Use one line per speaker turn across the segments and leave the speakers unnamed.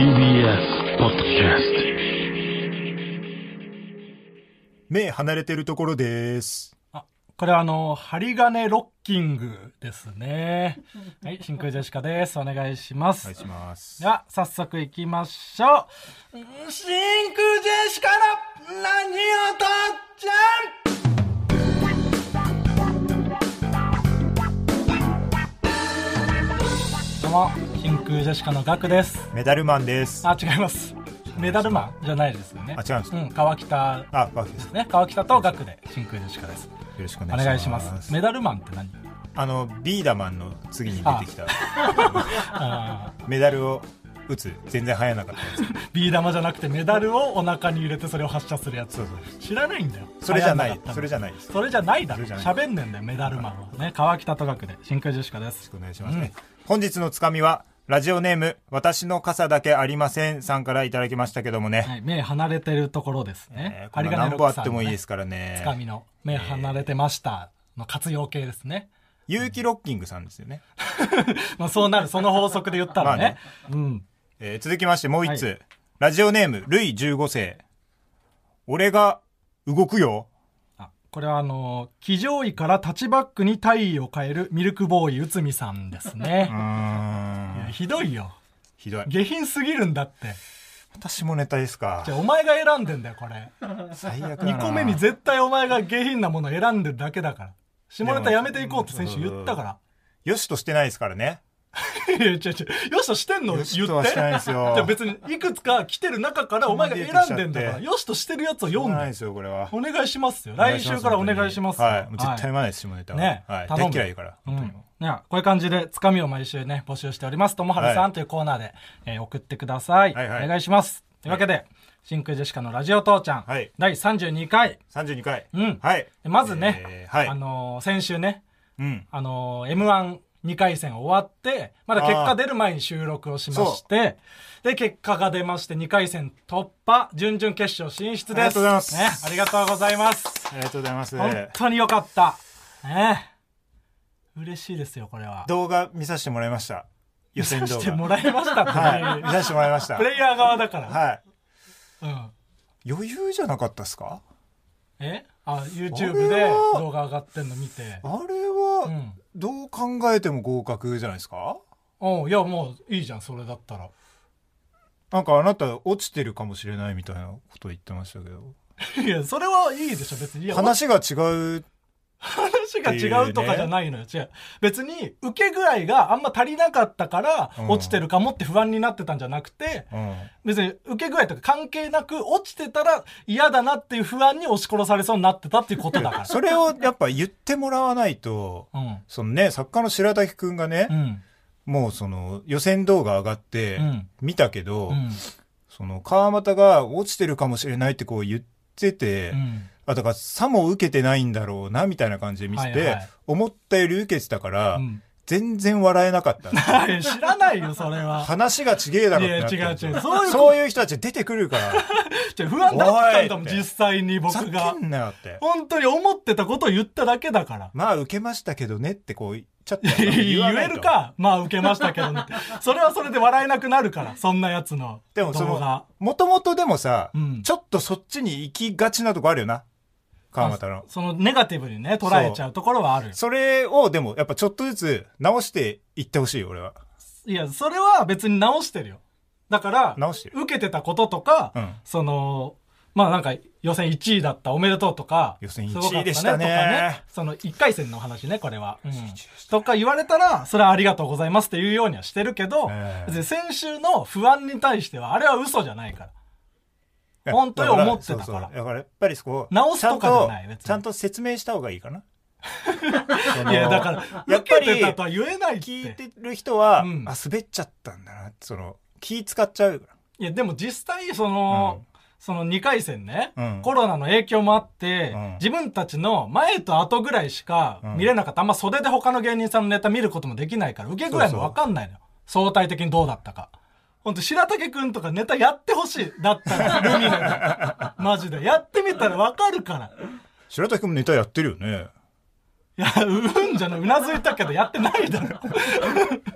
TBS ポッドキャスト。
目離れてるところです。
これは針金ロッキングですね。はい、真空ジェシカです。お願いします。
お願いします。
では早速いきましょう。真空ジェシカのラジオ父ちゃん。どうも真空ジェシカのガクです。
メダルマンです。
違います。メダルマンじゃないですよね。
違うんですか。
川北ですね。川北とガクで真空ジェシカです。
よろしくお
願いします。メダルマンって何？
ビーダマンの次に出てきたメダルを打つ全然流行らなかったやつ。
ビー玉じゃなくてメダルをお腹に入れてそれを発射するやつ。
そう
知らないんだよ。
それじゃないです。それじゃないだろ。
喋んねんだよメダルマンはね。川北と学で真空ジェシカです。
よろしくお願いしますね。本日のつかみはラジオネーム私の傘だけありませんさんからいただきましたけどもね、
はい、目離れてるところですね。
これが何本あってもいいですからね。
つかみの目離れてましたの活用形ですね。
有機ロッキングさんですよね。
まあそうなる、その法則で言ったらね。
続きましてもう一つ、ラジオネームルイ15世。俺が動くよ。
これは騎乗位からタッチバックに体位を変えるミルクボーイ内海さんですね。いやひどいよ。
ひどい。
下品すぎるんだって。
私もネタですか。
じゃあお前が選んでんだよこれ。
最悪だな。
2個目に絶対お前が下品なものを選んでるだけだから。下ネタやめていこうって先週言ったから。
よしとしてないですからね。
いやよしとしてんの言って。よしとはしてないですよ。じゃあ別にいくつか来てる中からお前が選んでんだから、よしとしてるやつを読んで。
ないですよこれは。
お願いしますよ。来週からお願いしますよ。
はい。絶対読まないです下ネタは。
ね。
はい。大嫌いから。
こういう感じでつかみを毎週ね募集しております。ともはるさんというコーナーで送ってください。お願いします。というわけで真空ジェシカのラジオ父ちゃん第32回。
32回。
はい。まずね、先週ね、M12 回戦終わって、まだ結果出る前に収録をしまして、で、結果が出まして2回戦突破、準々決勝進出です。
ありがとうございます。
ね、ありがとうございます。
ありがとうございます。
本当によかった。ね。嬉しいですよ、これは。
動画見させてもらいました。予選動画。
見させてもらいましたって。
はい。見させてもらいました。
プレイヤー側だから。
はい。余裕じゃなかったですか
？YouTube で動画上がってんの見て。
あれは、どう考えても合格じゃないですか？
いや、もういいじゃん、それだったら。
なんかあなた落ちてるかもしれないみたいなこと言ってましたけど。
いや、それはいいでしょ、別に。
話が違う。
話が違うとかじゃないのよ。違う。別に、受け具合があんま足りなかったから、落ちてるかもって不安になってたんじゃなくて、別に受け具合とか関係なく、落ちてたら嫌だなっていう不安に押し殺されそうになってたっていうことだから。
それをやっぱ言ってもらわないと、そのね、作家の白滝くんがね、もうその予選動画上がって見たけど、その川又が落ちてるかもしれないってこう言ってて、だからさも受けてないんだろうなみたいな感じで見てて、思ったより受けてたから、全然笑えなかった。
知らないよそれは。
話がちげえだろってなって。
いや違う。
そういう人たち出てくるから。
不安だったんだもん実際に僕が。
叫んなよって。
本当に思ってたことを言っただけだから。
まあ受けましたけどねってこう言っちゃった
言えるか。まあ受けましたけどね。それはそれで笑えなくなるからそんなやつの動画。でもその
もともとでもさ、ちょっとそっちに行きがちなとこあるよな。川又の
そのネガティブにね捉えちゃうところはある。
それをでもやっぱちょっとずつ直していってほしいよ俺は。
いやそれは別に直してるよ。だから
直してる
受けてたこととか、そのまあなんか予選1位だったおめでとうとか
予選1位でしたね
その1回戦の話ねこれは、とか言われたらそれはありがとうございますっていうようにはしてるけど、別に先週の不安に対してはあれは嘘じゃないから。本当に思ってたから。
だからやっぱりそこ
直すとかじゃない
ちゃんと説明した方がいいかな。
いやだからやっぱり受けてたとは言えないって。
聞いてる人は、滑っちゃったんだなってその気使っちゃうから。
いやでも実際その2回戦ね、コロナの影響もあって、自分たちの前と後ぐらいしか見れなかった。あんま袖で他の芸人さんのネタ見ることもできないから受け具合も分かんないのよ。相対的にどうだったか。ほんと白竹くんとかネタやってほしい。だったらルミネでマジでやってみたら分かるから。
白竹くんもネタやってるよね。
いやじゃないうなずいたけどやってないだろ。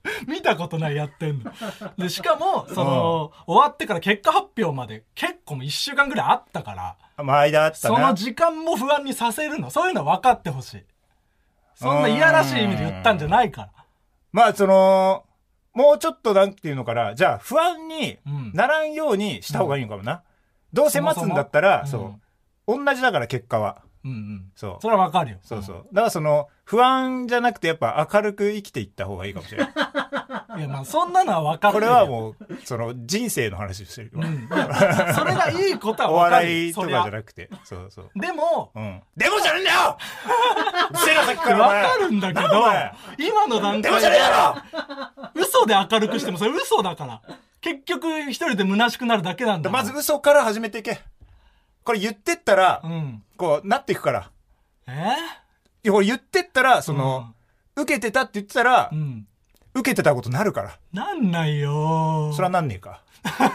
見たことないやってんの。で、しかも、終わってから結果発表まで結構もう1週間ぐらいあったから。
まあ間あったな。
その時間も不安にさせるの。そういうの分かってほしい。そんないやらしい意味で言ったんじゃないから。
まあもうちょっとなんていうのかな。じゃあ不安にならんようにした方がいいのかもな。どうせ待つんだったら、同じだから結果は。
それはわかるよ。
そう。だから不安じゃなくてやっぱ明るく生きていった方がいいかもしれない。
いや、まあそんなのはわかる。
これはもう、人生の話をしてる。
それがいいことは
わかる。お笑いとかじゃなくて。そう。
でも、
でもじゃねえんだよさっきから
わかるんだけど、今の段階で。
でもじゃねえだ
ろ嘘で明るくしてもそれ嘘だから。結局一人で虚しくなるだけなんだ。
まず嘘から始めていけ。これ言ってったら、こうなっていくから。いや、これ言ってったら、受けてたって言ってたら、受けてたことになるから。
なんないよ。
それはなんねえか。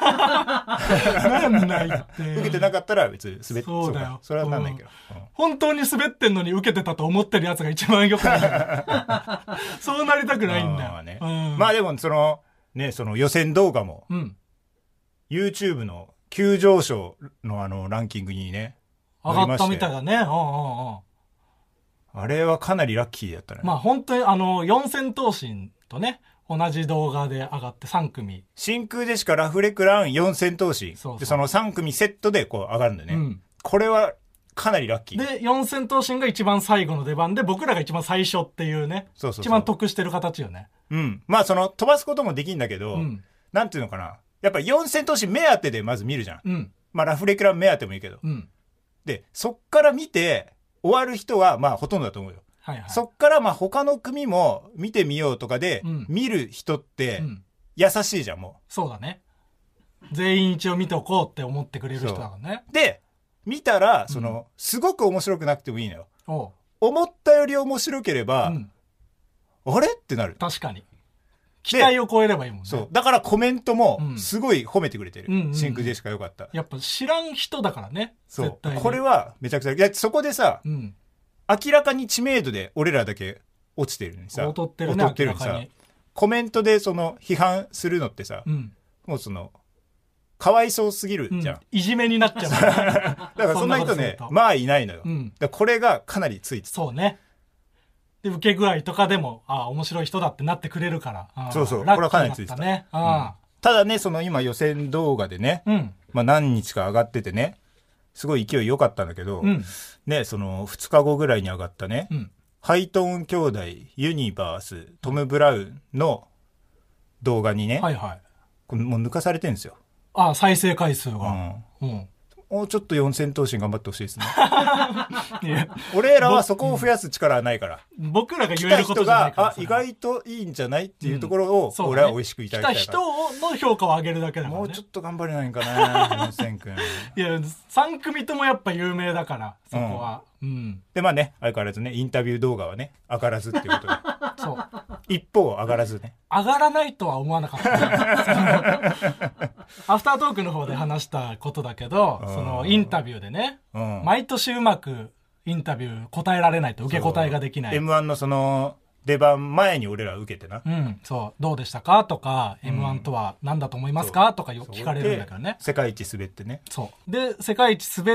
なんないって。
受けてなかったら別に滑って、
そうだよ。
それはなんないけど。
本当に滑ってんのに受けてたと思ってるやつが一番よくない。そうなりたくないんだよ。
まあでも、予選動画も、YouTube の急上昇のランキングにね、
上がったみたいだね。
あれはかなりラッキーだったね。
まあ本当に四千頭身とね、同じ動画で上がって3組。
真空ジェシカ、ラフレクラン、四千頭身。で、その3組セットでこう上がるんだよね。これはかなりラッキー。
で、四千頭身が一番最後の出番で、僕らが一番最初っていうね。一番得してる形よね。
まあ飛ばすこともできんだけど、なんていうのかな。やっぱり四千頭身目当てでまず見るじゃん。まあラフレクラン目当てもいいけど。で、そっから見て終わる人はまあほとんどだと思うよ。そっからまあ他の組も見てみようとかで、見る人って優しいじゃん、もう。
そうだね。全員一応見ておこうって思ってくれる人だからね。
で、見たら、すごく面白くなくてもいいのよ。思ったより面白ければ、あれってなる。
確かに。期待を超えればいいもんね。
そう。だからコメントもすごい褒めてくれてる。真空ジェシカよかった。
やっぱ知らん人だからね。
そう。これはめちゃくちゃ、いや、そこでさ、明らかに知名度で俺らだけ落ちてるのにさ、
劣ってるね、
劣ってるのにさ、コメントで批判するのってさ、もうかわいそうすぎるじゃん。
いじめになっちゃう。だ
からそんな人ね、まあいないのよ。だこれがかなりついて
そうね。で、受け具合とかでも、面白い人だってなってくれるから。
そう。これはかなりついてた。ただね、今予選動画でね、まあ何日か上がっててね、すごい勢い良かったんだけど、ね、2日後ぐらいに上がったね、ハイトーン兄弟、ユニバース、トム・ブラウンの動画にね、これもう抜かされてるんですよ。
再生回数が。
もうちょっと四千頭身頑張ってほしいですね。俺らはそこを増やす力はないから。
僕らが言えることじゃないから。
意外といいんじゃないっていうところを、俺は美味しくいただきたいから。
来た人の評価を上げるだけだからね。
もうちょっと頑張れないんかな、四千くん。い
や、3組ともやっぱ有名だから、そこは。
で、まあね、相変わらずね、インタビュー動画はね、上がらずっていうことで。そう。一方、上がらずね。
上がらないとは思わなかった、ね。アフタートークの方で話したことだけど、インタビューでね、毎年うまくインタビュー答えられないと受け答えができない。
M1 の出番前に俺ら受けてな。
そう。どうでしたかとか、M1 とは何だと思いますかとか聞かれるんだけどね。
世界一滑ってね。
そう。で、世界一滑って、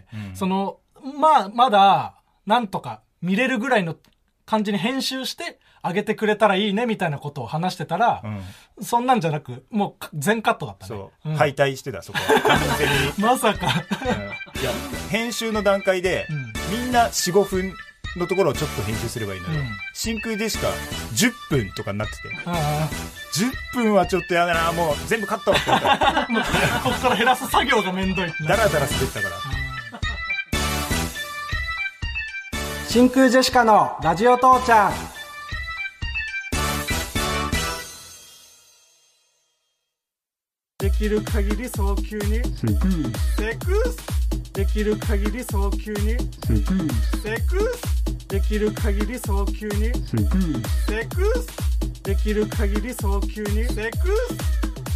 まだ、なんとか見れるぐらいの感じに編集してあげてくれたらいいねみたいなことを話してたら、そんなんじゃなく、もう全カットだったね。
そう。敗退してた、そこは。完全に。
まさか。
いや、編集の段階で、みんな4、5分のところをちょっと編集すればいいのよ。真空でしか10分とかになってて。10分はちょっとやだな、もう全部カットって言ったら。
こっから減らす作業がめんどいって。
ダラダラ滑ったから。
真空ジェシカのラジオ父ちゃん。できる限り早急にセクス。できる限り早急にセクス。できる限り早急にセクス。できる限り早急にセクス。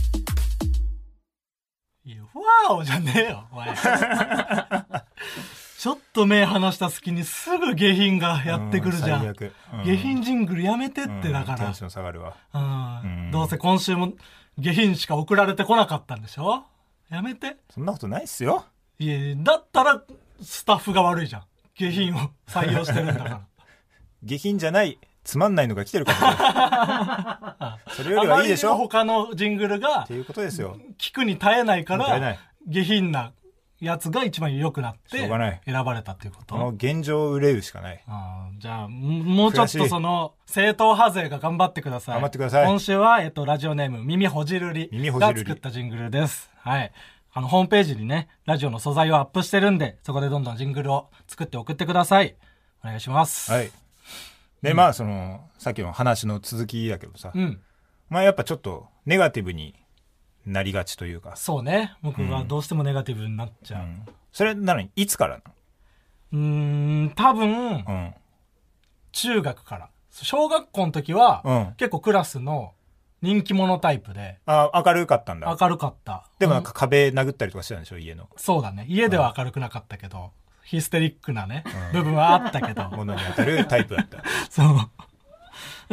いや、フワーオじゃねえよお前。 ちょっと目離した隙にすぐ下品がやってくるじゃん。
最悪。
下品ジングルやめてってだから。
テンション下がるわ。
どうせ今週も下品しか送られてこなかったんでしょ。やめて。
そんなことないっすよ。
いや、だったらスタッフが悪いじゃん。下品を採用してるんだから。
下品じゃない、つまんないのが来てるかもしれない。それよりはいいでしょ。
他のジングルが。
っていうことですよ。
聞くに耐えないから、下品なやつが一番良くなって、選ばれたっていうこと。
この現状を憂うしかない。
じゃあ、もうちょっとその、正統派勢が頑張ってください。
頑張ってください。
今週は、ラジオネーム、耳ほじるりが作ったジングルです。はい。ホームページにね、ラジオの素材をアップしてるんで、そこでどんどんジングルを作って送ってください。お願いします。
はい。で、まあ、さっきの話の続きだけどさ、まあ、やっぱちょっと、ネガティブになりがちというか。
そうね。僕はどうしてもネガティブになっちゃう。
それなのに、いつからな
の？多分、中学から。小学校の時は、結構クラスの人気者タイプで。
明るかったんだ。
明るかった。
でもなんか壁殴ったりとかしてたんでしょ、家の。
そうだね。家では明るくなかったけど、ヒステリックなね、部分はあったけど。
物に当たるタイプだった。
そう。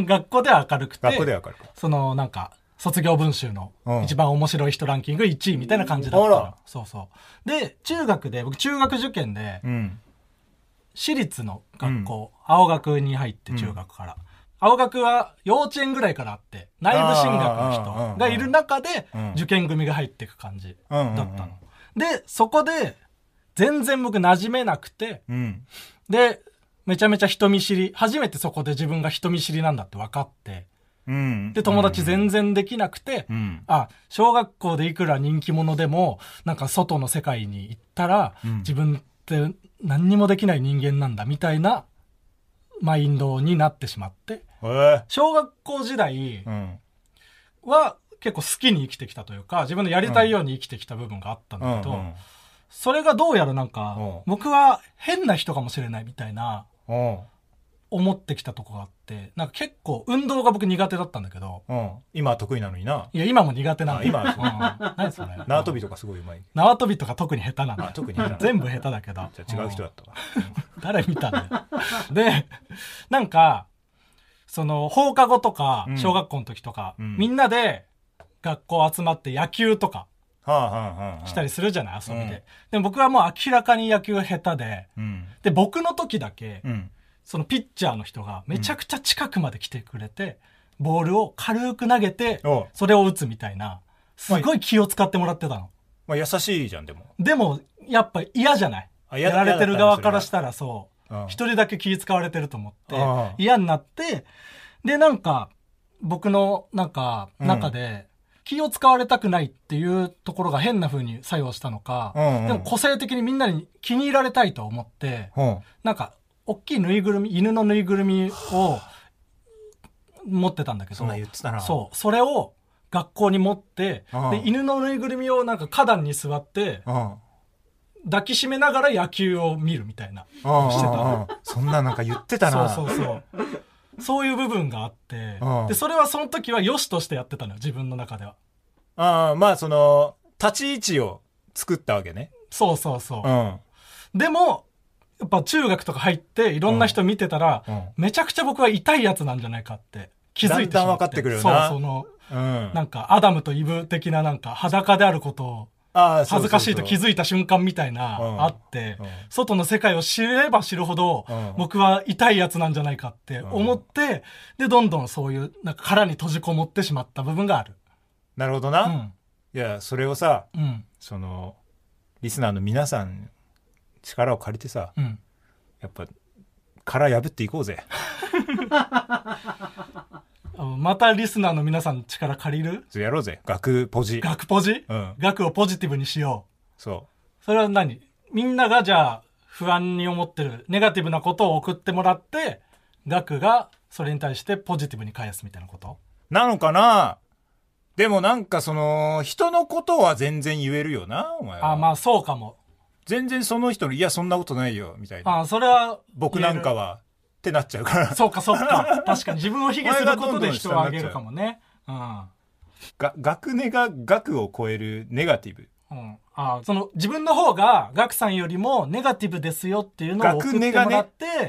学校では明るくて。
学校では明るく。
なんか、卒業文集の一番面白い人ランキング1位みたいな感じだったの。そうそう。で、僕中学受験で、私立の学校、青学に入って中学から。青学は幼稚園ぐらいからあって、内部進学の人がいる中で、受験組が入っていく感じだったの。で、そこで、全然僕馴染めなくて、で、めちゃめちゃ人見知り、初めてそこで自分が人見知りなんだって分かって、で、友達全然できなくて、小学校でいくら人気者でも、なんか外の世界に行ったら、自分って何にもできない人間なんだみたいなマインドになってしまって、小学校時代は結構好きに生きてきたというか、自分のやりたいように生きてきた部分があったんだけど、それがどうやらなんか、僕は変な人かもしれないみたいな、思ってきたとこがあって、なんか結構運動が僕苦手だったんだけど、
今は得意なのにな。
いや、今も苦手なの。
今は
何それ。
縄跳びとかすごいうまい。
縄跳びとか特に下手なの。
特に下手。
全部下手だけど。
じゃあ違う人だったわ。
誰見たんだよ。で、なんか、放課後とか、小学校の時とか、みんなで学校集まって野球とか、したりするじゃない、遊びで。でも僕はもう明らかに野球下手で、で、僕の時だけ、そのピッチャーの人がめちゃくちゃ近くまで来てくれて、ボールを軽く投げて、それを打つみたいな、すごい気を使ってもらってたの。
まあ優しいじゃん、でも。
でも、やっぱ嫌じゃない。やられてる側からしたらそう。一人だけ気使われてると思って、嫌になって、で、なんか、僕の中で、気を使われたくないっていうところが変な風に作用したのか、でも個性的にみんなに気に入られたいと思って、なんか、大きいぬいぐるみ、犬のぬいぐるみを持ってたんだけど、そう、それを学校に持って、で、犬のぬいぐるみをなんか花壇に座って、抱きしめながら野球を見るみたいな、してた。
そんななんか言ってたな。
そう。そういう部分があって、で、それはその時は良しとしてやってたのよ、自分の中では。
まあ立ち位置を作ったわけね。
そう。でも、やっぱ中学とか入っていろんな人見てたら、めちゃくちゃ僕は痛いやつなんじゃないかって気づいてしまって。
だんだん分かってくるよな。
なんかアダムとイブ的ななんか裸であることを恥ずかしいと気づいた瞬間みたいなあって、外の世界を知れば知るほど僕は痛いやつなんじゃないかって思って、で、どんどんそういうなんか殻に閉じこもってしまった部分がある。
なるほどな。いや、それをさ、リスナーの皆さん力を借りてさ、やっぱ殻破っていこうぜ。
またリスナーの皆さんの力借りる？
やろうぜ。学ポジ。
学ポジ？学をポジティブにしよ
う。そう。
それは何？みんながじゃあ不安に思ってるネガティブなことを送ってもらって、学がそれに対してポジティブに返すみたいなこと？
なのかな？でもなんか人のことは全然言えるよな、お前は。
まあそうかも。
全然その人の、いや、そんなことないよ、みたいな。
それは。
僕なんかは、ってなっちゃうから。
そうか。確かに自分を卑下することで人をあげるかもね。
学ネが学を超えるネガティブ。
その自分の方がガクさんよりもネガティブですよっていうのを送ってもらって、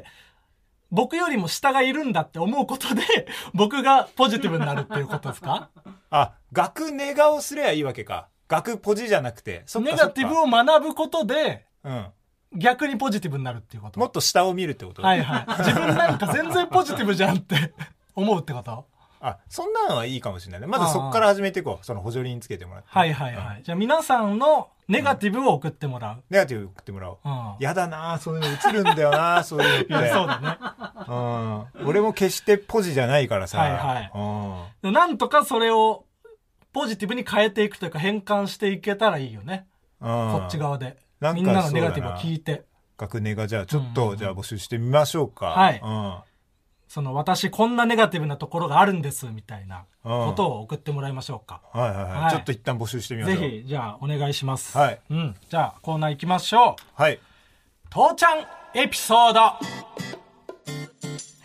僕よりも下がいるんだって思うことで僕がポジティブになるっていうことですか？
学ネガをすればいいわけか。学ポジじゃなくて。
ネガティブを学ぶことで、逆にポジティブになるっていうこと。
もっと下を見るってこと？
はいはい。自分なんか全然ポジティブじゃんって思うってこと？
そんなのはいいかもしれないね。まずそこから始めていこう。その補助輪つけてもらって。
はいはいはい。じゃあ皆さんのネガティブを送ってもらう。
ネガティブ送ってもらおう。やだな、そういうの映るんだよな、そういうのって。
そうだ
ね。俺も決してポジじゃないからさ。
はいはい。なんとかそれをポジティブに変えていくというか変換していけたらいいよね。こっち側で。みんなのネガティブを聞いて。
学ネガじゃあちょっと、じゃあ募集してみましょうか。
はい。私こんなネガティブなところがあるんですみたいなことを送ってもらいましょうか。
はいはいはい。ちょっと一旦募集してみましょう。
ぜひ、じゃあお願いします。
はい。
じゃあコーナー行きましょう。
はい。
父ちゃんエピソード。はい。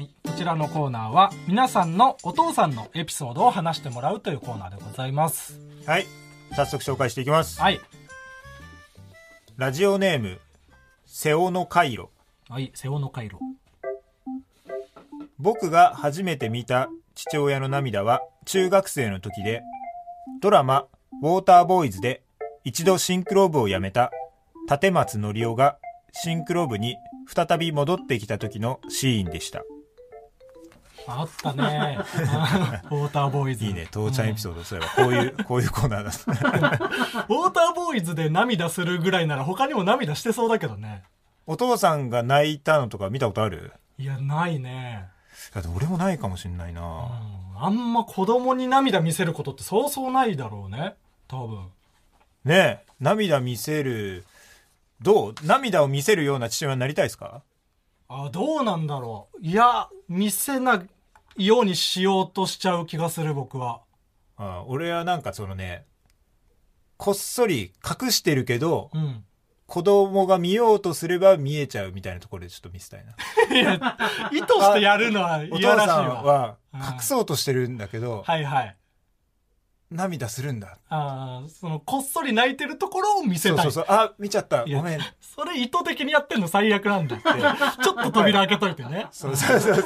こちらのコーナーは皆さんのお父さんのエピソードを話してもらうというコーナーでございます。
はい。早速紹介していきます。
はい。
ラジオネーム、瀬尾の回路。
はい、瀬尾の回路。
僕が初めて見た父親の涙は中学生の時で、ドラマウォーターボーイズで一度シンクロ部を辞めた立松則夫がシンクロ部に再び戻ってきた時のシーンでした。
あったね。ウォーターボーイズ。
いいね、父ちゃんエピソード。そういえばこういうコーナーだ。
ウォーターボーイズで涙するぐらいなら他にも涙してそうだけどね。
お父さんが泣いたのとか見たことある？
いや、ないね。
だって俺もないかもしんないな。
あんま子供に涙見せることってそうそうないだろうね、多分。
ねえ、涙見せる、涙を見せるような父親になりたいですか？
どうなんだろう。いや、見せないようにしようとしちゃう気がする、僕は。
俺はなんかこっそり隠してるけど、子供が見ようとすれば見えちゃうみたいなところでちょっと見せたいな。
いや、意図してやるのは嫌らしいわ。
お父さんは隠そうとしてるんだけど、
はいはい。
涙するんだ。
こっそり泣いてるところを見せたい。
そう。見ちゃった。ごめん。
それ意図的にやってんの最悪なんだって。ちょっと扉開けといてね。
そう。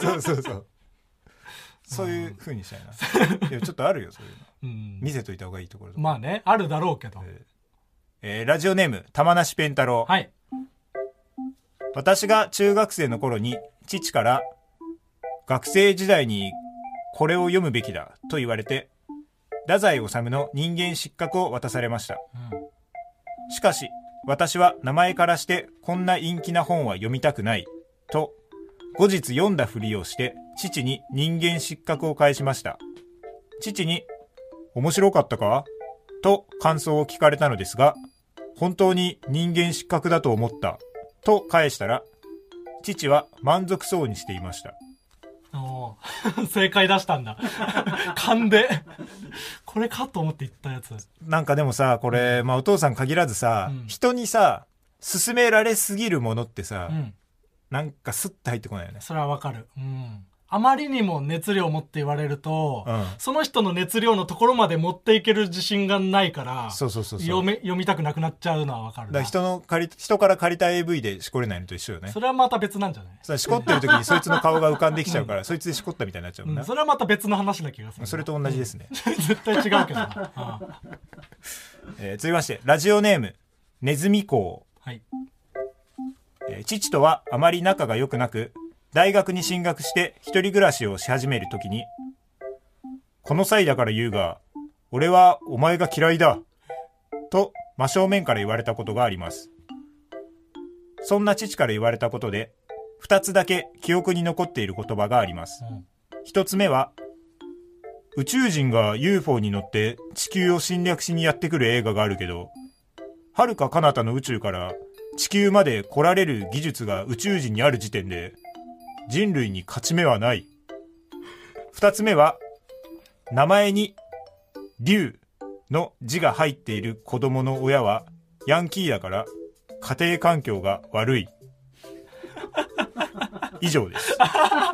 そういう風にしたいな。いや、ちょっとあるよ、そういうの。見せといた方がいいところ。
まあね、あるだろうけど。
ラジオネーム玉梨ペンタロウ。
はい。
私が中学生の頃に父から学生時代にこれを読むべきだと言われて太宰治の人間失格を渡されました。しかし私は名前からしてこんな陰気な本は読みたくないと後日読んだふりをして父に人間失格を返しました。父に面白かったかと感想を聞かれたのですが、本当に人間失格だと思ったと返したら、父は満足そうにしていました。
正解出したんだ。勘でこれかと思って言ったやつ。
なんかでもさ、これ、お父さん限らずさ、人にさ勧められすぎるものってさ、なんかスッと入ってこないよね。
それはわかる。あまりにも熱量を持って言われると、その人の熱量のところまで持っていける自信がないから、読みたくなくなっちゃうのはわかるな。
だから人から借りた AV でしこれないのと一緒よね。
それはまた別なんじゃない？
しこってる時にそいつの顔が浮かんできちゃうから、そいつでしこったみたいになっちゃうもんな。
それはまた別の話な気がする。
それと同じですね。
絶対違うけどな。
続きまして、ラジオネームネズミ公。
はい。
父とはあまり仲が良くなく、大学に進学して一人暮らしをし始めるときに、この際だから言うが、俺はお前が嫌いだと真正面から言われたことがあります。そんな父から言われたことで2つだけ記憶に残っている言葉があります。1つ目は、宇宙人が UFO に乗って地球を侵略しにやってくる映画があるけど、遥か彼方の宇宙から地球まで来られる技術が宇宙人にある時点で人類に勝ち目はない。二つ目は、名前に龍の字が入っている子供の親はヤンキーだから家庭環境が悪い。以上です。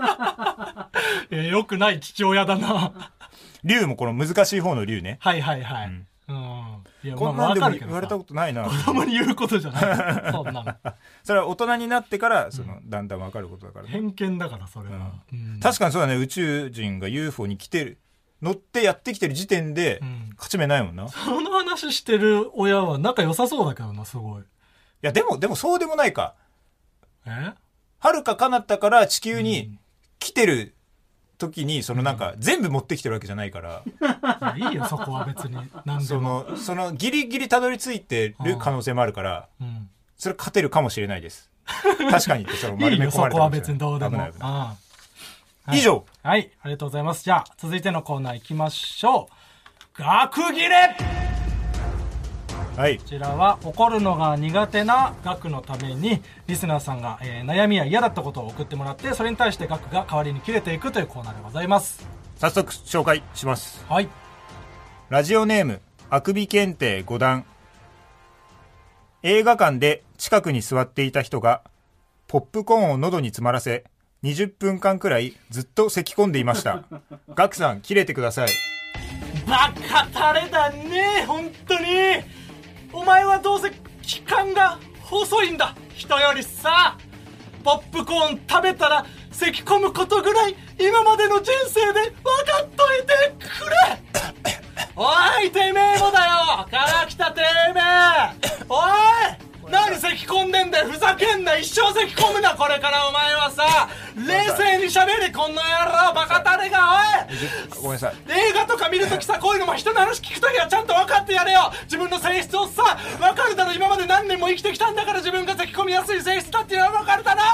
よくない父親だな。
龍もこの難しい方の龍ね。
はいはいはい。
こんなんでも言われたことないな。
子供に言うことじゃない。そんなの。
それは大人になってから、だんだんわかることだからね。
偏見だから、それは。
確かにそうだね、宇宙人が UFO に来てる。乗ってやってきてる時点で、勝ち目ないもんな。
その話してる親は仲良さそうだけどな、すごい。い
や、でもそうでもないか。遥か彼方から地球に来てる時に、全部持ってきてるわけじゃないから。
いいよ、そこは別に。何で
も。ギリギリたどり着いてる可能性もあるから、それ勝てるかもしれないです。確かにって、
丸め込まれてる。いいよ、そこは別にどうでも。
以上。
はい、ありがとうございます。じゃあ、続いてのコーナー行きましょう。学切れ。
はい。
こちらは、怒るのが苦手な学のために、リスナーさんが、悩みや嫌だったことを送ってもらって、それに対して学が代わりに切れていくというコーナーでございます。
早速、紹介します。
はい。
ラジオネーム、あくび検定5段。映画館で近くに座っていた人が、ポップコーンを喉に詰まらせ、20分間くらいずっと咳き込んでいました。ガクさん、切れてください。
バカタレだね、本当に。お前はどうせ期間が細いんだ、人よりさ。ポップコーン食べたら咳き込むことぐらい今までの人生で分かっといてくれ。おい、てめえもだよ、から来たてめえ。おい、何咳込んでんだよ、ふざけんな、一生咳込むな、これからお前はさ。冷静に喋れ、この野郎、バカタレが。おい、
ごめんなさい。
映画とか見るときさ、こういうのも人の話聞くときはちゃんと分かってやれよ。自分の性質をさ、分かるだろ。今まで何年も生きてきたんだから、自分が咳込みやすい性質だっていうのは分かるだろ。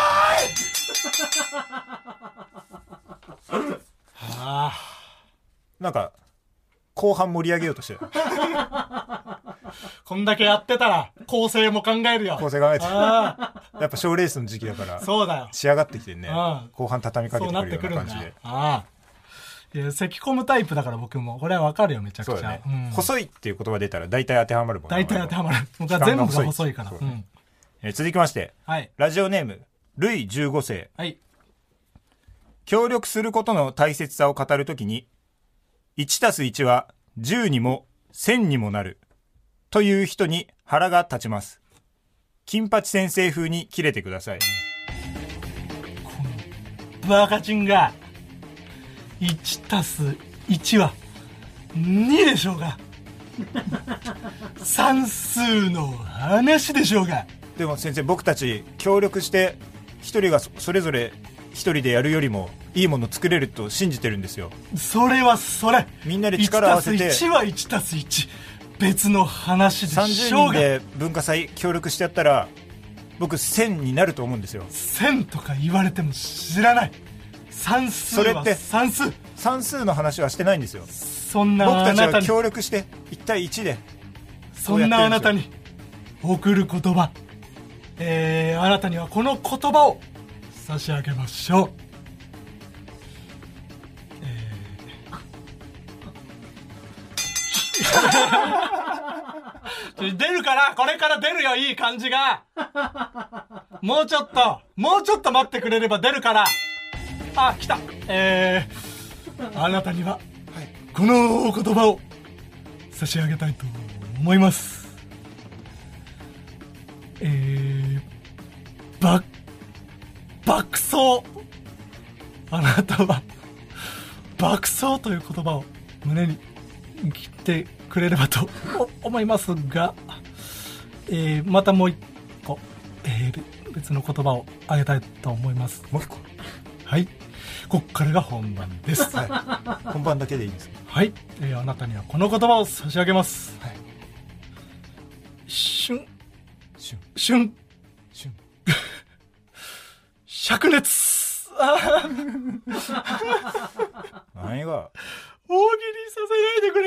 おい
なんか後半盛り上げようとしてる。
こんだけやってたら構成も考えるよ。
構成考えてる。やっぱ賞レースの時期だから
そうだよ、
仕上がってきてね。後半畳みかけてくるような感じで。
いや、咳込むタイプだから僕もこれは分かるよ、めちゃくちゃ、
ね。細いっていう言葉出たら大体当てはまるもん。
大体当てはまる。僕は全部が細いから。
続きまして、
はい、
ラジオネームルイ15世。
はい。
協力することの大切さを語るときに 1+1 は10にも1000にもなるという人に腹が立ちます。金八先生風に切れてください。
このバカチンが 1+1 は2でしょうが。算数の話でしょうが。
でも先生、僕たち協力して一人がそれぞれ一人でやるよりもいいもの作れると信じてるんですよ。
それはそれ、
みんなで力を合わせて
1+1 は 1+1 別の話でしょうが。
30人で文化祭協力してやったら僕1000になると思うんですよ。
1000とか言われても知らない。算数は算数
の話はしてないんですよ。
そんな
僕たちは協力して1対1で。
そんなあなたに送る言葉、あなたにはこの言葉を差し上げましょう。出るから、これから出るよ、いい感じが。もうちょっと待ってくれれば出るから。あ、来た。あなたにはこのお言葉を差し上げたいと思います。爆走。あなたは爆走という言葉を胸に切ってくれればと思いますが、またもう一個、別の言葉をあげたいと思います。
もう一個。はい、
こっからが本番です。
はい、本番だけでいいんですか。
はい、あなたにはこの言葉を差し上げます。はい、春灼熱。
何が
大喜利させないでくれ。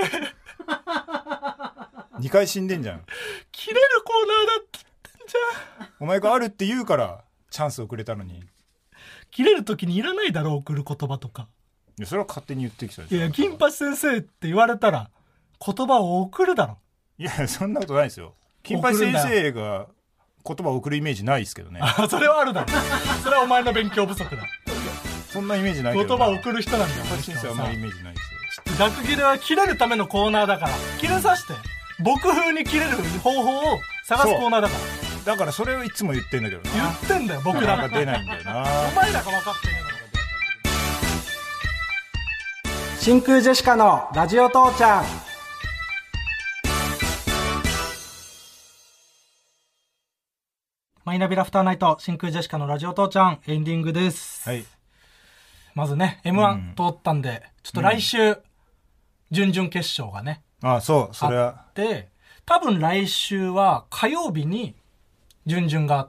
2回死んでんじゃん。
切れるコーナーだって言ってんじゃん。
お前があるって言うからチャンスをくれたのに。
切れる時にいらないだろう、送る言葉とか。
いや、それは勝手に言ってきたでしょ。
いや、金八先生って言われたら言葉を送るだろ。
いや、そんなことないですよ。金八先生が言葉を送るイメージないですけどね。
あ、それはあるだろ。それはお前の勉強不足だ。
そんなイメージないけど。
言葉を送る人なんだよ。
金八先生はあんまりイメージないですよ。
学切れは切れるためのコーナーだから切れさせて。 僕風に切れる方法を探すコーナーだから。
だからそれをいつも言ってんだけどな。
言ってんだよ、僕らが
出ないんだよな。
お前らが分かってないのが真空ジェシカのラジオ父ちゃん。マイナビラフターナイト、真空ジェシカのラジオ父ちゃん、エンディングです。
はい。
まずね、M1 通ったんで、ちょっと来週、準々決勝がね。
あ、そう、それは。
で、多分来週は火曜日に準々があって、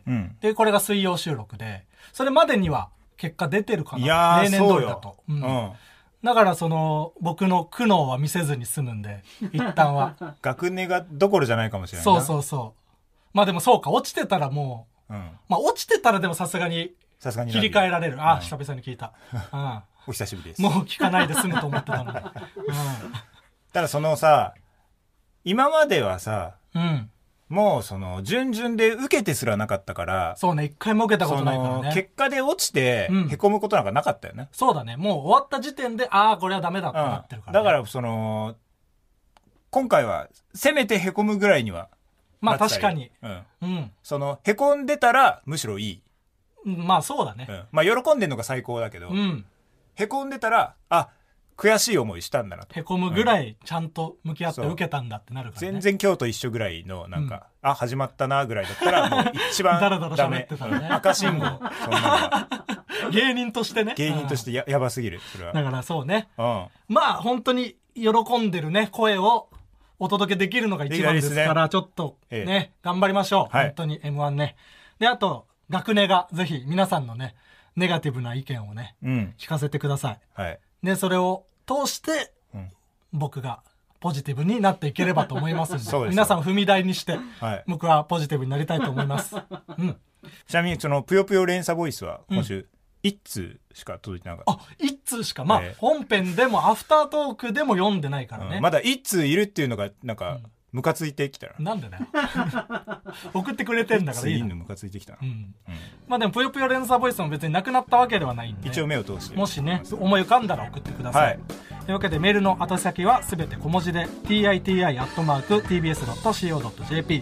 で、これが水曜収録で、それまでには結果出てるかな。
いやー、
例年通りだと。だから僕の苦悩は見せずに済むんで、一旦は。
学年がどころじゃないかもしれないな。
そう。まあでもそうか、落ちてたらもう、まあ落ちてたらでもさすがに切り替えられる。あ、久々に聞いた。
お久しぶりです。
もう聞かないで済むと思ってたのに。
たださ、今まではさ、もう準々で受けてすらなかったから、
そうね、一回も受けたことないからね。
結果で落ちて、へこむことなんかなかったよね。
そうだね、もう終わった時点で、ああ、これはダメだってなってるから。
だから今回は、せめてへこむぐらいには、
まあ確かに。
へこんでたら、むしろいい。
まあそうだね。
まあ喜んでんのが最高だけど、へこんでたら、あ、悔しい思いしたんだなと。
へこむぐらいちゃんと向き合って受けたんだってなるからね。
全然今日と一緒ぐらいのあ、始まったなぐらいだったらもう一番
だらだら喋ってたね。
赤信号。そんなのは
芸人としてね。
芸人としてやばすぎる。それは。
だからそうね。まあ本当に喜んでるね声をお届けできるのが一番ですから、ちょっとね頑張りましょう。本当に M1 ね。であと学ネがぜひ皆さんのねネガティブな意見をね聞かせてください。でそれを通して、僕がポジティブになっていければと思いますんで、皆さん踏み台にして、僕はポジティブになりたいと思います。
ちなみにぷよぷよ連鎖ボイスは今週1通しか届いてなかった。
あ、1通しか。まあ、本編でもアフタートークでも読んでないからね。
まだ1通いるっていうのがムカついてきたら。
なんでだよ。送ってくれてんだからいいの。
ムカついてきたな。
まあでもぷよぷよ連鎖ボイスも別になくなったわけではないんで、
一応目を通して
もしね思い浮かんだら送ってください。というわけでメールの宛先はすべて小文字で titi@tbs.co.jp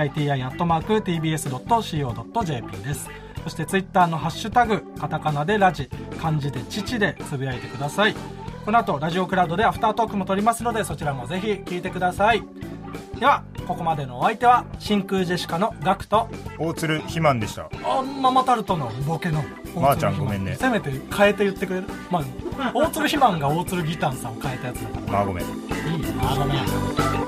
titi@tbs.co.jp です。そしてツイッターのハッシュタグカタカナでラジ、漢字で父でつぶやいてください。この後ラジオクラウドでアフタートークも撮りますので、そちらもぜひ聞いてください。ではここまでのお相手は真空ジェシカのガクと
大鶴ひまんでした。
ママタルトのボケの
まーちゃんごめんね。
せめて変えて言ってくれる。まあ大鶴ひまんが大鶴ギタンさんを変えたやつだから。
まあごめん。
いいよ、まあごめん。